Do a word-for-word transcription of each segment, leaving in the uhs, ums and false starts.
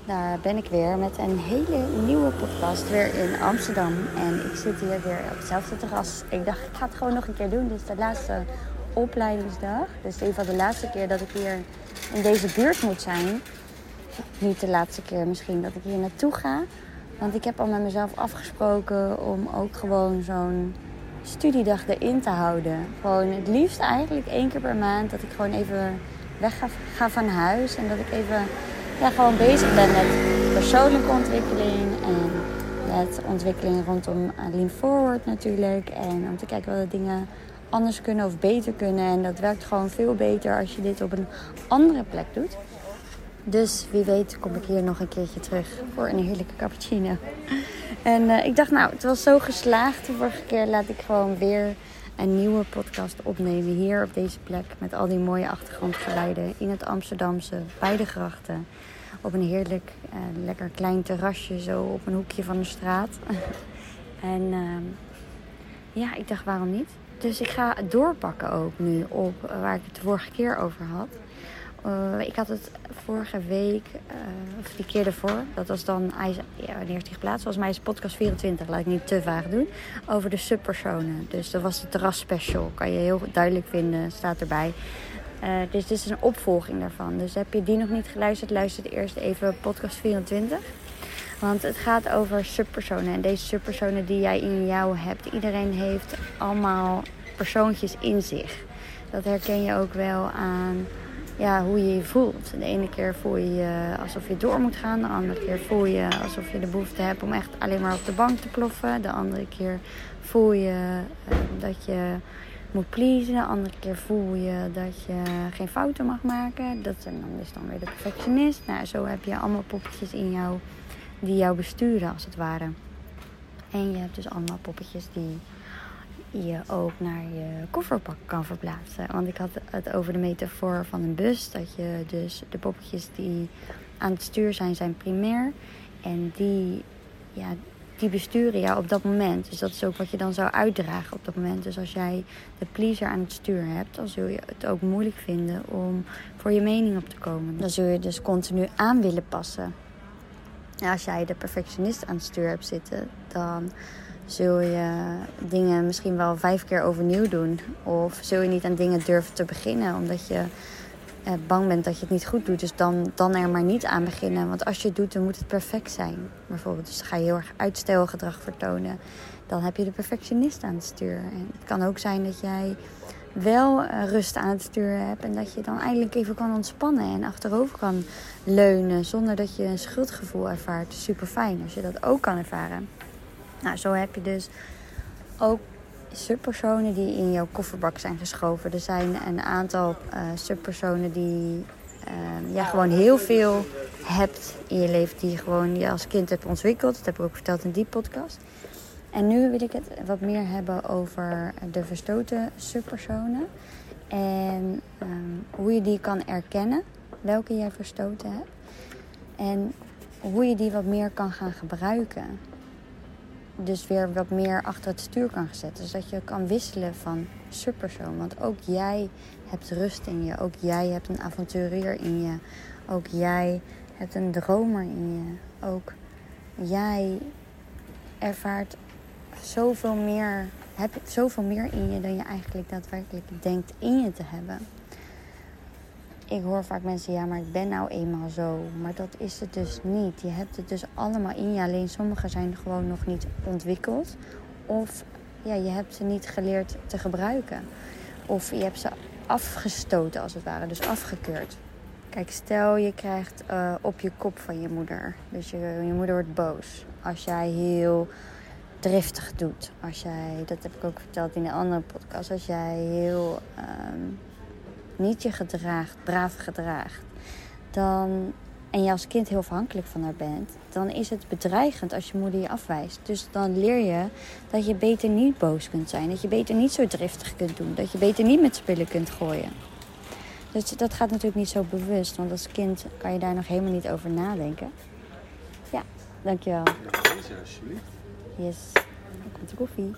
Daar ben ik weer met een hele nieuwe podcast weer in Amsterdam. En ik zit hier weer op hetzelfde terras. Ik dacht, ik ga het gewoon nog een keer doen. Dit is de laatste opleidingsdag. Dus in ieder geval de laatste keer dat ik hier in deze buurt moet zijn. Niet de laatste keer misschien dat ik hier naartoe ga. Want ik heb al met mezelf afgesproken om ook gewoon zo'n studiedag erin te houden. Gewoon het liefst eigenlijk één keer per maand dat ik gewoon even weg ga, ga van huis. En dat ik even ja, gewoon bezig ben met persoonlijke ontwikkeling. En met ontwikkeling rondom Lean Forward natuurlijk. En om te kijken welke dingen anders kunnen of beter kunnen. En dat werkt gewoon veel beter als je dit op een andere plek doet. Dus wie weet kom ik hier nog een keertje terug voor een heerlijke cappuccino. En uh, ik dacht, nou, het was zo geslaagd. De vorige keer laat ik gewoon weer een nieuwe podcast opnemen hier op deze plek. Met al die mooie achtergrondgeluiden in het Amsterdamse, bij de grachten. Op een heerlijk, uh, lekker klein terrasje zo op een hoekje van de straat. en uh, ja, ik dacht, waarom niet? Dus ik ga doorpakken ook nu op uh, waar ik het de vorige keer over had. Uh, ik had het vorige week, uh, of die keer ervoor, dat was dan, hij, ja, wanneer heeft hij geplaatst? Volgens mij is podcast vierentwintig, laat ik niet te vaag doen, over de subpersonen. Dus dat was de terras special, kan je heel duidelijk vinden, staat erbij. Uh, dus dit is een opvolging daarvan. Dus heb je die nog niet geluisterd, luister eerst even podcast vierentwintig. Want het gaat over subpersonen en deze subpersonen die jij in jou hebt. Iedereen heeft allemaal persoontjes in zich. Dat herken je ook wel aan... Ja, hoe je je voelt. De ene keer voel je je alsof je door moet gaan. De andere keer voel je alsof je de behoefte hebt om echt alleen maar op de bank te ploffen. De andere keer voel je uh, dat je moet pleasen. De andere keer voel je dat je geen fouten mag maken. Dat en dan is dan weer de perfectionist. Nou, zo heb je allemaal poppetjes in jou die jou besturen als het ware. En je hebt dus allemaal poppetjes die je ook naar je kofferbak kan verplaatsen. Want ik had het over de metafoor van een bus. Dat je dus de poppetjes die aan het stuur zijn, zijn primair. En die, ja, die besturen jou op dat moment. Dus dat is ook wat je dan zou uitdragen op dat moment. Dus als jij de pleaser aan het stuur hebt, dan zul je het ook moeilijk vinden om voor je mening op te komen. Dan zul je dus continu aan willen passen. En als jij de perfectionist aan het stuur hebt zitten, dan zul je dingen misschien wel vijf keer overnieuw doen. Of zul je niet aan dingen durven te beginnen. Omdat je eh, bang bent dat je het niet goed doet. Dus dan, dan er maar niet aan beginnen. Want als je het doet, dan moet het perfect zijn. Bijvoorbeeld, dus dan ga je heel erg uitstelgedrag vertonen. Dan heb je de perfectionist aan het stuur. En het kan ook zijn dat jij wel uh, rust aan het stuur hebt. En dat je dan eindelijk even kan ontspannen. En achterover kan leunen. Zonder dat je een schuldgevoel ervaart. Super fijn als je dat ook kan ervaren. Nou, zo heb je dus ook subpersonen die in jouw kofferbak zijn geschoven. Er zijn een aantal uh, subpersonen die uh, ja, gewoon heel veel hebt in je leven. Die je gewoon je als kind hebt ontwikkeld. Dat heb ik ook verteld in die podcast. En nu wil ik het wat meer hebben over de verstoten subpersonen. En um, hoe je die kan erkennen. Welke jij verstoten hebt. En hoe je die wat meer kan gaan gebruiken. Dus weer wat meer achter het stuur kan zetten. Dus dat je kan wisselen van subpersoon. Want ook jij hebt rust in je. Ook jij hebt een avonturier in je. Ook jij hebt een dromer in je. Ook jij ervaart zoveel meer, heb zoveel meer in je dan je eigenlijk daadwerkelijk denkt in je te hebben. Ik hoor vaak mensen, ja, maar ik ben nou eenmaal zo. Maar dat is het dus niet. Je hebt het dus allemaal in je. Alleen sommige zijn gewoon nog niet ontwikkeld. Of ja, je hebt ze niet geleerd te gebruiken. Of je hebt ze afgestoten als het ware. Dus afgekeurd. Kijk, stel je krijgt uh, op je kop van je moeder. Dus je, je moeder wordt boos. Als jij heel driftig doet. Als jij, dat heb ik ook verteld in een andere podcast. Als jij heel... Um, niet je gedraagt, braaf gedraagt, dan, en je als kind heel afhankelijk van haar bent, dan is het bedreigend als je moeder je afwijst. Dus dan leer je dat je beter niet boos kunt zijn, dat je beter niet zo driftig kunt doen, dat je beter niet met spullen kunt gooien. Dus dat gaat natuurlijk niet zo bewust, want als kind kan je daar nog helemaal niet over nadenken. Ja, dankjewel. Deze alsjeblieft. Yes, dan komt de koffie.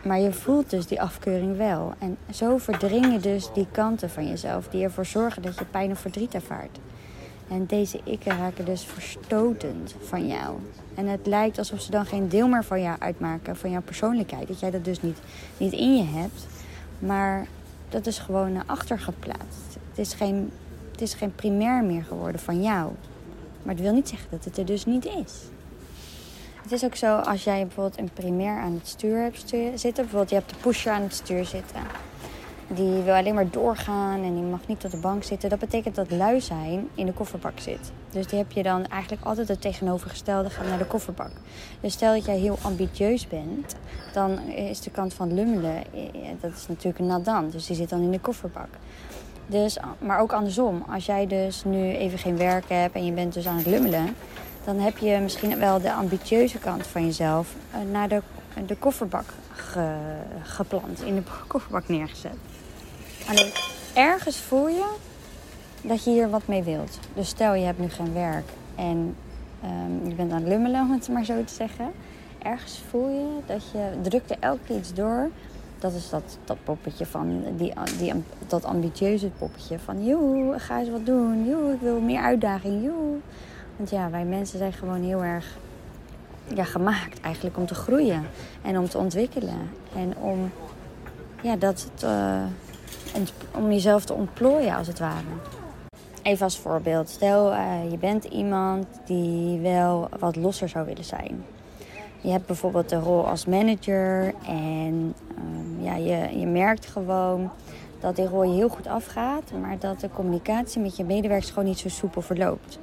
Maar je voelt dus die afkeuring wel. En zo verdring je dus die kanten van jezelf die ervoor zorgen dat je pijn of verdriet ervaart. En deze ikken raken dus verstotend van jou. En het lijkt alsof ze dan geen deel meer van jou uitmaken, van jouw persoonlijkheid. Dat jij dat dus niet, niet in je hebt. Maar dat is gewoon naar achter geplaatst. Het is geen, het is geen primair meer geworden van jou. Maar het wil niet zeggen dat het er dus niet is. Het is ook zo als jij bijvoorbeeld een primair aan het stuur hebt zitten. Bijvoorbeeld je hebt de pusher aan het stuur zitten. Die wil alleen maar doorgaan en die mag niet op de bank zitten. Dat betekent dat lui zijn in de kofferbak zit. Dus die heb je dan eigenlijk altijd het tegenovergestelde, gaat naar de kofferbak. Dus stel dat jij heel ambitieus bent, dan is de kant van lummelen, dat is natuurlijk een nadan. Dus die zit dan in de kofferbak. Dus, maar ook andersom, als jij dus nu even geen werk hebt en je bent dus aan het lummelen, dan heb je misschien wel de ambitieuze kant van jezelf naar de, de kofferbak ge, geplant, in de kofferbak neergezet. Alleen ergens voel je dat je hier wat mee wilt. Dus stel je hebt nu geen werk en um, je bent aan het lummelen, om het maar zo te zeggen. Ergens voel je dat je drukt er elke keer iets door. Dat is dat, dat poppetje van, die, die, dat ambitieuze poppetje van, joe, ga eens wat doen. Joe, ik wil meer uitdaging, joe. Want ja, wij mensen zijn gewoon heel erg ja, gemaakt eigenlijk om te groeien. En om te ontwikkelen. En om, ja, dat te, om jezelf te ontplooien als het ware. Even als voorbeeld. Stel, uh, je bent iemand die wel wat losser zou willen zijn. Je hebt bijvoorbeeld de rol als manager. En um, ja, je, je merkt gewoon dat die rol je heel goed afgaat. Maar dat de communicatie met je medewerkers gewoon niet zo soepel verloopt.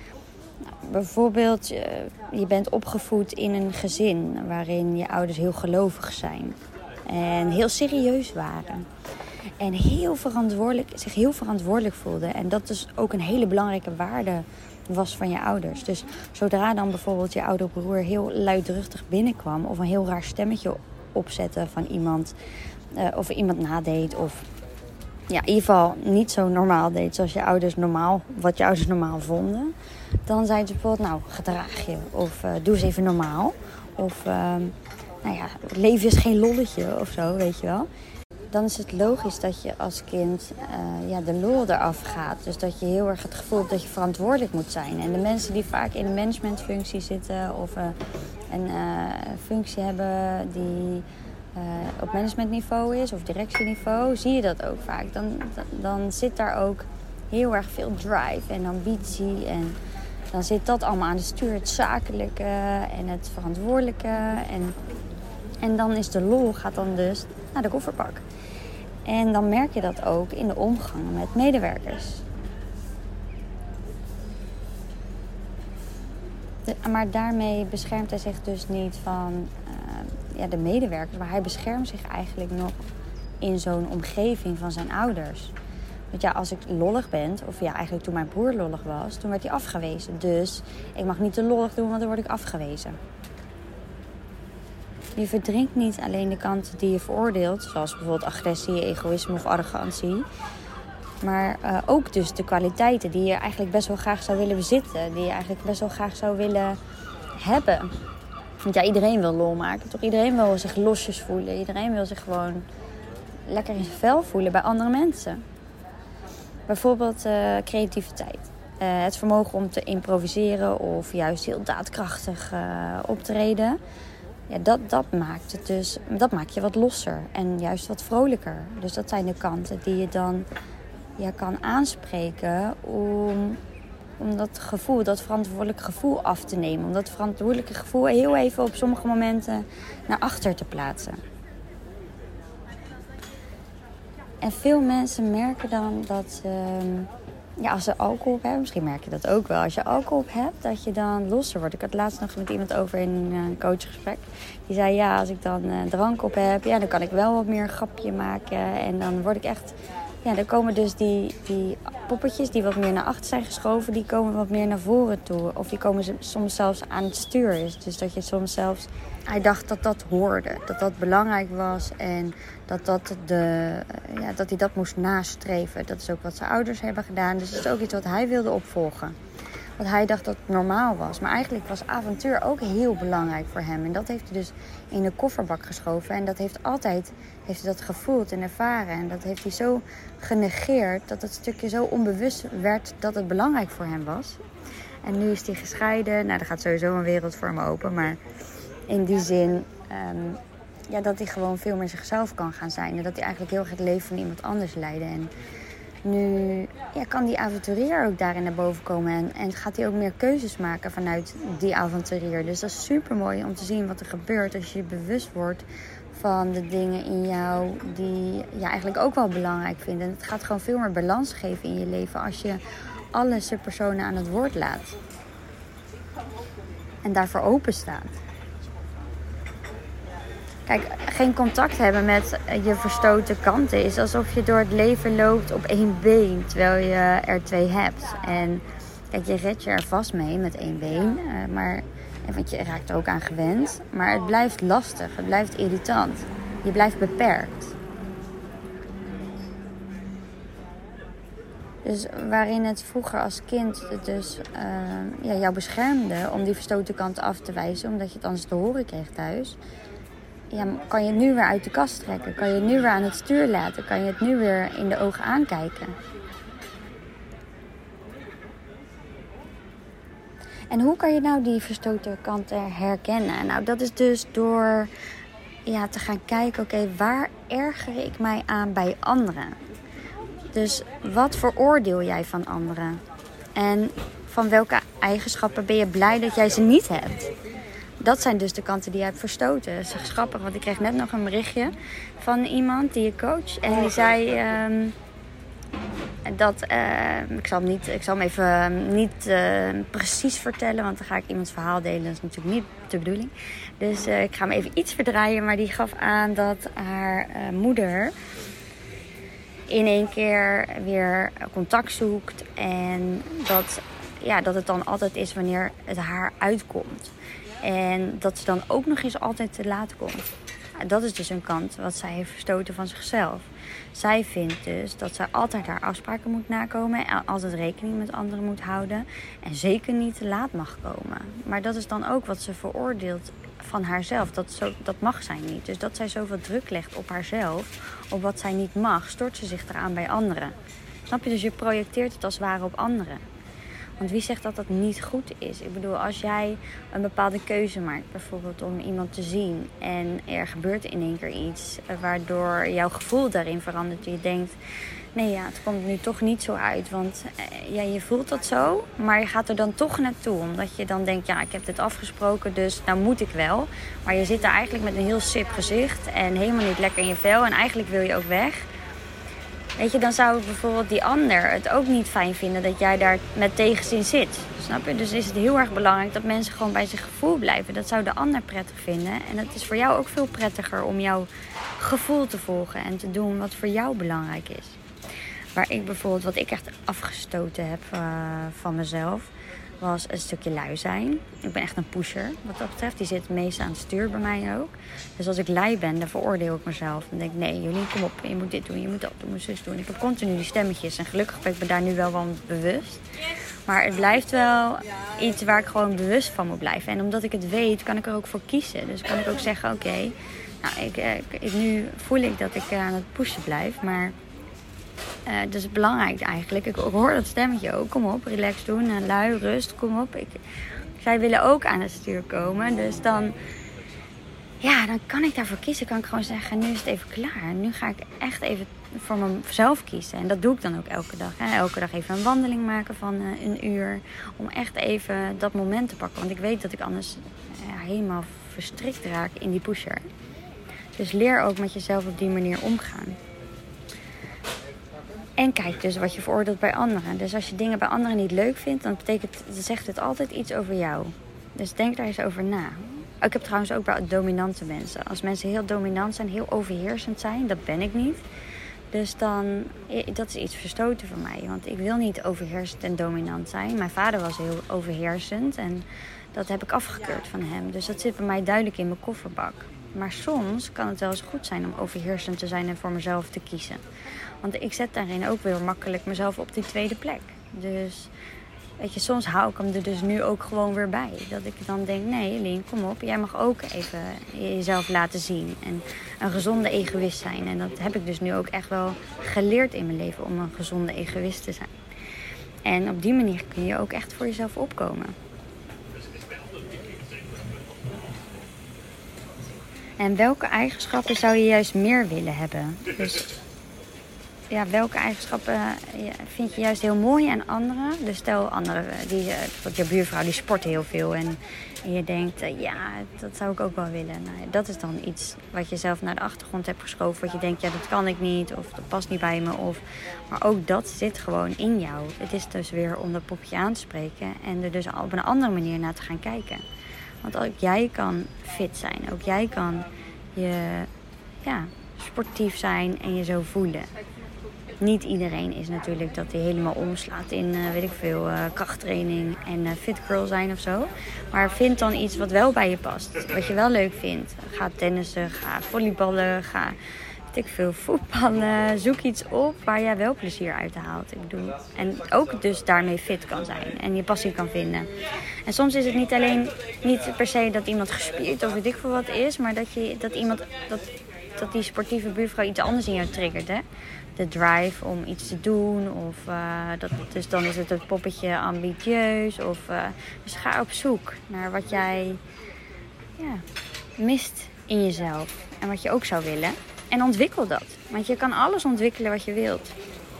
Bijvoorbeeld, je bent opgevoed in een gezin waarin je ouders heel gelovig zijn. En heel serieus waren. En heel verantwoordelijk, zich heel verantwoordelijk voelden. En dat dus ook een hele belangrijke waarde was van je ouders. Dus zodra dan bijvoorbeeld je oudere broer heel luidruchtig binnenkwam, of een heel raar stemmetje opzette van iemand, uh, of iemand nadeed, of ja, in ieder geval niet zo normaal deed zoals je ouders normaal, wat je ouders normaal vonden, dan zeiden ze bijvoorbeeld, nou, gedraag je. Of uh, doe eens even normaal. Of, uh, nou ja, leven is geen lolletje of zo, weet je wel. Dan is het logisch dat je als kind uh, ja, de lol eraf gaat. Dus dat je heel erg het gevoel hebt dat je verantwoordelijk moet zijn. En de mensen die vaak in een managementfunctie zitten of uh, een uh, functie hebben die uh, op managementniveau is of directieniveau, zie je dat ook vaak. Dan, dan, dan zit daar ook heel erg veel drive en ambitie. En dan zit dat allemaal aan de stuur, het zakelijke en het verantwoordelijke. En, en dan is de lol, gaat dan dus naar de kofferbak. En dan merk je dat ook in de omgang met medewerkers. De, maar daarmee beschermt hij zich dus niet van uh, ja, de medewerkers. Maar hij beschermt zich eigenlijk nog in zo'n omgeving van zijn ouders. Want ja, als ik lollig ben, of ja, eigenlijk toen mijn broer lollig was, toen werd hij afgewezen. Dus ik mag niet te lollig doen, want dan word ik afgewezen. Je verdrinkt niet alleen de kanten die je veroordeelt, zoals bijvoorbeeld agressie, egoïsme of arrogantie. Maar uh, ook dus de kwaliteiten die je eigenlijk best wel graag zou willen bezitten. Die je eigenlijk best wel graag zou willen hebben. Want ja, iedereen wil lol maken, toch? Iedereen wil zich losjes voelen. Iedereen wil zich gewoon lekker in zijn vel voelen bij andere mensen. Bijvoorbeeld uh, creativiteit. Uh, het vermogen om te improviseren of juist heel daadkrachtig uh, optreden. Ja, dat, dat maakt het dus, dat maakt je wat losser en juist wat vrolijker. Dus dat zijn de kanten die je dan ja, kan aanspreken om, om dat gevoel, dat verantwoordelijke gevoel af te nemen. Om dat verantwoordelijke gevoel heel even op sommige momenten naar achter te plaatsen. En veel mensen merken dan dat um, ja, als ze alcohol op hebben, misschien merk je dat ook wel. Als je alcohol op hebt, dat je dan losser wordt. Ik had laatst nog met iemand over in een coachgesprek. Die zei, ja, als ik dan uh, drank op heb, ja, dan kan ik wel wat meer een grapje maken. En dan word ik echt, ja, dan komen dus die, die poppetjes die wat meer naar achter zijn geschoven, die komen wat meer naar voren toe. Of die komen soms zelfs aan het stuur. Dus dat je soms zelfs, hij dacht dat dat hoorde, dat dat belangrijk was en dat, dat, de, ja, dat hij dat moest nastreven. Dat is ook wat zijn ouders hebben gedaan. Dus dat is ook iets wat hij wilde opvolgen. wat hij dacht dat normaal was. Maar eigenlijk was avontuur ook heel belangrijk voor hem. En dat heeft hij dus in de kofferbak geschoven. En dat heeft altijd heeft hij dat gevoeld en ervaren. En dat heeft hij zo genegeerd dat het stukje zo onbewust werd dat het belangrijk voor hem was. En nu is hij gescheiden. Nou, er gaat sowieso een wereld voor hem open. Maar in die zin um, ja, dat hij gewoon veel meer zichzelf kan gaan zijn. En dat hij eigenlijk heel erg het leven van iemand anders leidde. En nu ja, kan die avonturier ook daarin naar boven komen. En, en gaat hij ook meer keuzes maken vanuit die avonturier. Dus dat is super mooi om te zien wat er gebeurt als je je bewust wordt van de dingen in jou die je eigenlijk ook wel belangrijk vindt. En het gaat gewoon veel meer balans geven in je leven als je alle subpersonen aan het woord laat. En daarvoor open staat. Kijk, geen contact hebben met je verstoten kanten is alsof je door het leven loopt op één been, terwijl je er twee hebt. En kijk, je redt je er vast mee met één been, maar, want je raakt er ook aan gewend. Maar het blijft lastig, het blijft irritant. Je blijft beperkt. Dus waarin het vroeger als kind dus uh, ja, jou beschermde om die verstoten kant af te wijzen, omdat je het anders te horen kreeg thuis. Ja, kan je het nu weer uit de kast trekken? Kan je het nu weer aan het stuur laten? Kan je het nu weer in de ogen aankijken? En hoe kan je nou die verstoten kanten herkennen? Nou, dat is dus door ja, te gaan kijken, oké, okay, waar erger ik mij aan bij anderen? Dus wat veroordeel jij van anderen? En van welke eigenschappen ben je blij dat jij ze niet hebt? Dat zijn dus de kanten die jij hebt verstoten. Dat is echt grappig, want ik kreeg net nog een berichtje van iemand die je coach. En die zei um, dat, uh, ik, zal hem niet, ik zal hem even niet uh, precies vertellen, want dan ga ik iemands verhaal delen. Dat is natuurlijk niet de bedoeling. Dus uh, ik ga hem even iets verdraaien. Maar die gaf aan dat haar uh, moeder in één keer weer contact zoekt. En dat, ja, dat het dan altijd is wanneer het haar uitkomt. En dat ze dan ook nog eens altijd te laat komt. Dat is dus een kant wat zij heeft verstoten van zichzelf. Zij vindt dus dat zij altijd haar afspraken moet nakomen. En altijd rekening met anderen moet houden. En zeker niet te laat mag komen. Maar dat is dan ook wat ze veroordeelt van haarzelf. Dat, zo, dat mag zij niet. Dus dat zij zoveel druk legt op haarzelf. Op wat zij niet mag, stort ze zich eraan bij anderen. Snap je? Dus je projecteert het als het ware op anderen. Want wie zegt dat dat niet goed is? Ik bedoel, als jij een bepaalde keuze maakt, bijvoorbeeld om iemand te zien, en er gebeurt in één keer iets waardoor jouw gevoel daarin verandert. Je denkt, nee ja, het komt nu toch niet zo uit. Want eh, ja, je voelt dat zo, maar je gaat er dan toch naartoe. Omdat je dan denkt, ja, ik heb dit afgesproken, dus nou moet ik wel. Maar je zit daar eigenlijk met een heel sip gezicht en helemaal niet lekker in je vel. En eigenlijk wil je ook weg. Weet je, dan zou bijvoorbeeld die ander het ook niet fijn vinden dat jij daar met tegenzin zit. Snap je? Dus is het heel erg belangrijk dat mensen gewoon bij zijn gevoel blijven. Dat zou de ander prettig vinden. En het is voor jou ook veel prettiger om jouw gevoel te volgen en te doen wat voor jou belangrijk is. Waar ik bijvoorbeeld, wat ik echt afgestoten heb uh, van mezelf, was een stukje lui zijn. Ik ben echt een pusher wat dat betreft. Die zit het meest aan het stuur bij mij ook. Dus als ik lui ben, dan veroordeel ik mezelf. Dan denk ik, nee Jolien, kom op. Je moet dit doen, je moet dat doen, je moet zus doen. Ik heb continu die stemmetjes. En gelukkig ben ik me daar nu wel van bewust. Maar het blijft wel iets waar ik gewoon bewust van moet blijven. En omdat ik het weet, kan ik er ook voor kiezen. Dus kan ik ook zeggen, oké, okay, nou, ik, ik, ik, nu voel ik dat ik aan het pushen blijf. Maar Uh, dus het belangrijk eigenlijk. Ik hoor dat stemmetje ook. Kom op, relax doen. Uh, lui, rust, kom op. Ik, zij willen ook aan het stuur komen. Dus dan, ja, dan kan ik daarvoor kiezen. Kan ik gewoon zeggen, nu is het even klaar. Nu ga ik echt even voor mezelf kiezen. En dat doe ik dan ook elke dag. Hè. Elke dag even een wandeling maken van uh, een uur. Om echt even dat moment te pakken. Want ik weet dat ik anders uh, helemaal verstrikt raak in die pusher. Dus leer ook met jezelf op die manier omgaan. En kijk dus wat je veroordeelt bij anderen. Dus als je dingen bij anderen niet leuk vindt, dan betekent, zegt het altijd iets over jou. Dus denk daar eens over na. Ik heb trouwens ook bij dominante mensen. Als mensen heel dominant zijn, heel overheersend zijn, dat ben ik niet. Dus dan, dat is iets verstoten voor mij. Want ik wil niet overheersend en dominant zijn. Mijn vader was heel overheersend en dat heb ik afgekeurd van hem. Dus dat zit bij mij duidelijk in mijn kofferbak. Maar soms kan het wel eens goed zijn om overheersend te zijn en voor mezelf te kiezen. Want ik zet daarin ook weer makkelijk mezelf op die tweede plek. Dus weet je, soms hou ik hem er dus nu ook gewoon weer bij. Dat ik dan denk, nee Lien, kom op. Jij mag ook even jezelf laten zien. En een gezonde egoïst zijn. En dat heb ik dus nu ook echt wel geleerd in mijn leven. Om een gezonde egoïst te zijn. En op die manier kun je ook echt voor jezelf opkomen. En welke eigenschappen zou je juist meer willen hebben? Dus ja, welke eigenschappen vind je juist heel mooi aan anderen? Dus stel anderen, die, bijvoorbeeld je buurvrouw, die sport heel veel. En, en je denkt, ja, dat zou ik ook wel willen. Nou, dat is dan iets wat je zelf naar de achtergrond hebt geschoven. Wat je denkt, ja, dat kan ik niet. Of dat past niet bij me. Of, maar ook dat zit gewoon in jou. Het is dus weer om dat poppetje aan te spreken. En er dus op een andere manier naar te gaan kijken. Want ook jij kan fit zijn. Ook jij kan je, ja, sportief zijn en je zo voelen. Niet iedereen is natuurlijk dat hij helemaal omslaat in, uh, weet ik veel, uh, krachttraining en uh, fit girl zijn of zo. Maar vind dan iets wat wel bij je past. Wat je wel leuk vindt. Ga tennissen, ga volleyballen, ga, weet ik veel, voetballen. Zoek iets op waar jij wel plezier uit haalt. Ik bedoel, en ook dus daarmee fit kan zijn. En je passie kan vinden. En soms is het niet alleen, niet per se dat iemand gespierd of weet ik veel wat is. Maar dat, je, dat iemand, dat, dat die sportieve buurvrouw iets anders in jou triggert, hè. De drive om iets te doen. Of, uh, dat, dus dan is het het poppetje ambitieus. Of, uh, dus ga op zoek naar wat jij ja, mist in jezelf. En wat je ook zou willen. En ontwikkel dat. Want je kan alles ontwikkelen wat je wilt.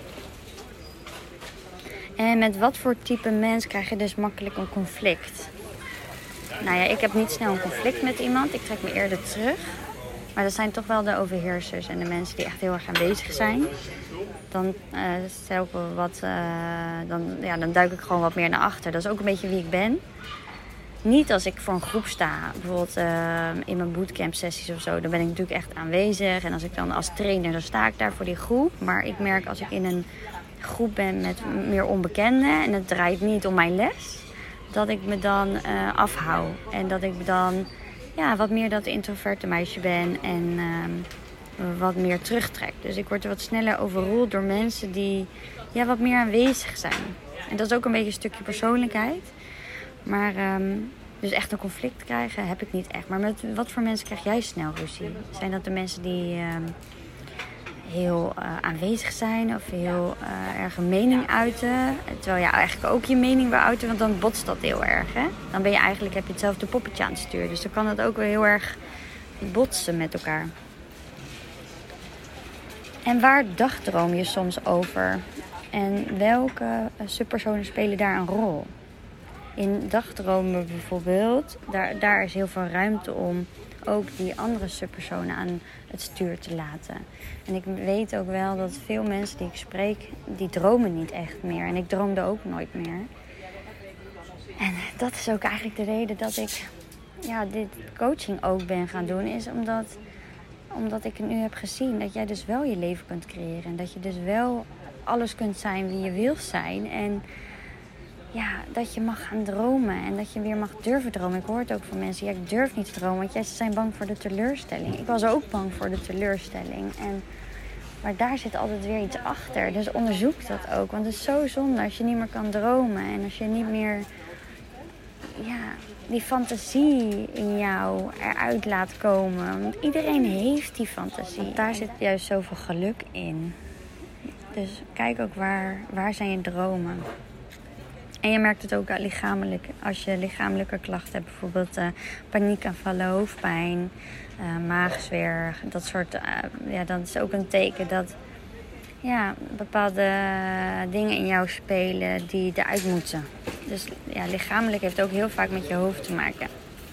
En met wat voor type mens krijg je dus makkelijk een conflict? Nou ja, ik heb niet snel een conflict met iemand. Ik trek me eerder terug. Maar dat zijn toch wel de overheersers en de mensen die echt heel erg aanwezig zijn. Dan uh, stel ik wel wat, uh, dan, ja, dan duik ik gewoon wat meer naar achter. Dat is ook een beetje wie ik ben. Niet als ik voor een groep sta, bijvoorbeeld uh, in mijn bootcamp sessies of zo. Dan ben ik natuurlijk echt aanwezig. En als ik dan als trainer, dan sta ik daar voor die groep. Maar ik merk als ik in een groep ben met meer onbekenden en het draait niet om mijn les, dat ik me dan uh, afhoud. En dat ik dan ja, wat meer dat introverte meisje ben en uh, wat meer terugtrek. Dus ik word er wat sneller overroeld door mensen die ja, wat meer aanwezig zijn. En dat is ook een beetje een stukje persoonlijkheid. Maar um, dus echt een conflict krijgen heb ik niet echt. Maar met wat voor mensen krijg jij snel ruzie? Zijn dat de mensen die um, heel uh, aanwezig zijn of heel uh, erg een mening uiten? Terwijl je eigenlijk ook je mening wil uiten, want dan botst dat heel erg. Hè? Dan ben je eigenlijk, heb je hetzelfde poppetje aan het sturen. Dus dan kan het ook wel heel erg botsen met elkaar. En waar dagdroom je soms over? En welke uh, subpersonen spelen daar een rol? In dagdromen bijvoorbeeld, daar, daar is heel veel ruimte om ook die andere subpersonen aan het stuur te laten. En ik weet ook wel dat veel mensen die ik spreek, die dromen niet echt meer. En ik droomde ook nooit meer. En dat is ook eigenlijk de reden dat ik ja, dit coaching ook ben gaan doen. Is omdat, omdat ik nu heb gezien dat jij dus wel je leven kunt creëren. En dat je dus wel alles kunt zijn wie je wilt zijn. En ja, dat je mag gaan dromen en dat je weer mag durven dromen. Ik hoor het ook van mensen, ja, ik durf niet te dromen, want jij zijn bang voor de teleurstelling. Ik was ook bang voor de teleurstelling. En, maar daar zit altijd weer iets achter. Dus onderzoek dat ook, want het is zo zonde als je niet meer kan dromen. En als je niet meer ja, die fantasie in jou eruit laat komen. Want iedereen heeft die fantasie. Want daar zit juist zoveel geluk in. Dus kijk ook waar, waar zijn je dromen. En je merkt het ook lichamelijk. Als je lichamelijke klachten hebt. Bijvoorbeeld uh, paniekaanvallen, hoofdpijn, uh, maagzweer. Dat soort. Uh, ja, dat is ook een teken dat ja, bepaalde dingen in jou spelen die eruit moeten. Dus ja, lichamelijk heeft ook heel vaak met je hoofd te maken.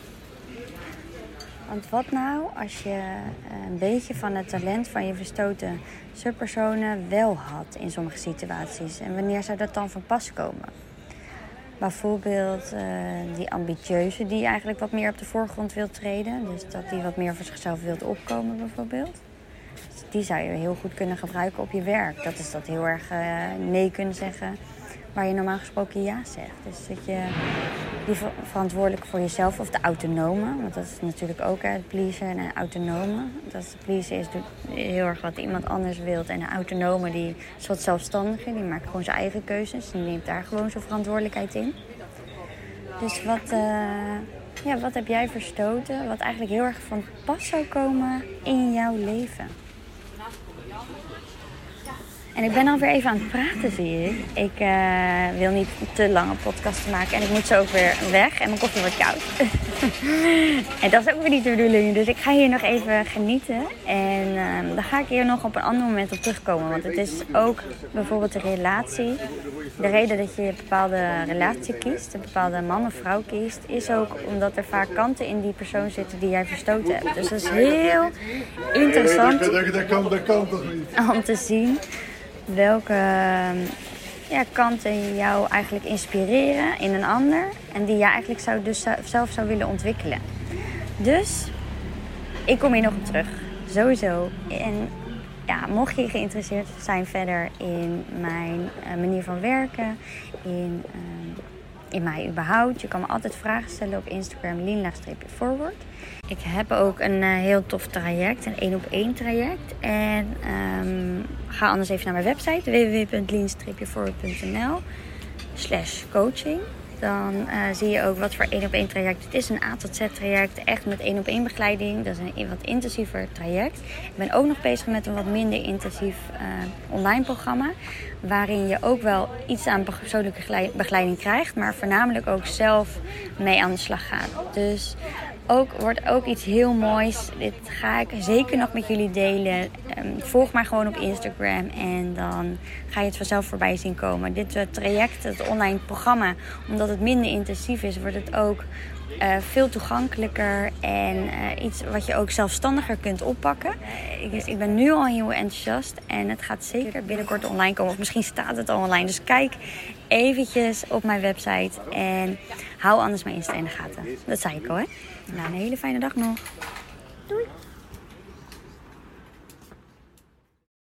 Want wat nou als je een beetje van het talent van je verstoten subpersonen wel had in sommige situaties? En wanneer zou dat dan van pas komen? Bijvoorbeeld uh, die ambitieuze die eigenlijk wat meer op de voorgrond wil treden. Dus dat die wat meer voor zichzelf wilt opkomen bijvoorbeeld. Dus die zou je heel goed kunnen gebruiken op je werk. Dat is dat heel erg uh, nee kunnen zeggen. waar je normaal gesproken ja zegt. Dus dat je die ver- verantwoordelijk voor jezelf of de autonome, want dat is natuurlijk ook hè, het pleasen en een autonome. Dat is, pleasen is doet heel erg wat iemand anders wil en een autonome die is wat zelfstandiger, die maakt gewoon zijn eigen keuzes, die neemt daar gewoon zijn verantwoordelijkheid in. Dus wat, uh, ja, wat heb jij verstoten wat eigenlijk heel erg van pas zou komen in jouw leven? En ik ben alweer even aan het praten, zie ik. Ik uh, wil niet te lange podcasten maken en ik moet zo ook weer weg. En mijn koffie wordt koud. En dat is ook weer niet de bedoeling. Dus ik ga hier nog even genieten. En uh, dan ga ik hier nog op een ander moment op terugkomen. Want het is ook bijvoorbeeld de relatie. De reden dat je een bepaalde relatie kiest, een bepaalde man of vrouw kiest, is ook omdat er vaak kanten in die persoon zitten die jij verstoten hebt. Dus dat is heel interessant dat, dat, dat, kan, dat kan toch niet? Om te zien welke ja, kanten jou eigenlijk inspireren in een ander en die jij eigenlijk zou dus zelf zou willen ontwikkelen. Dus ik kom hier nog op terug, sowieso. En ja, mocht je geïnteresseerd zijn verder in mijn uh, manier van werken, in, uh, in mij überhaupt, je kan me altijd vragen stellen op Instagram, lien-forward. Ik heb ook een uh, heel tof traject, een één op één traject. En um, ga anders even naar mijn website w w w punt lien forward punt n l slash coaching. Dan uh, zie je ook wat voor één op één traject het is. Een A tot Z traject, echt met één op één begeleiding. Dat is een wat intensiever traject. Ik ben ook nog bezig met een wat minder intensief uh, online programma. Waarin je ook wel iets aan persoonlijke begeleiding krijgt. Maar voornamelijk ook zelf mee aan de slag gaat. Dus ook, wordt ook iets heel moois. Dit ga ik zeker nog met jullie delen. Um, volg maar gewoon op Instagram en dan ga je het vanzelf voorbij zien komen. Dit uh, traject, het online programma, omdat het minder intensief is, wordt het ook uh, veel toegankelijker en uh, iets wat je ook zelfstandiger kunt oppakken. Uh, ik, ik ben nu al heel enthousiast en het gaat zeker binnenkort online komen. Of misschien staat het al online. Dus kijk eventjes op mijn website en hou anders mijn Insta in de gaten. Dat zei ik al, hè? Nou, een hele fijne dag nog. Doei!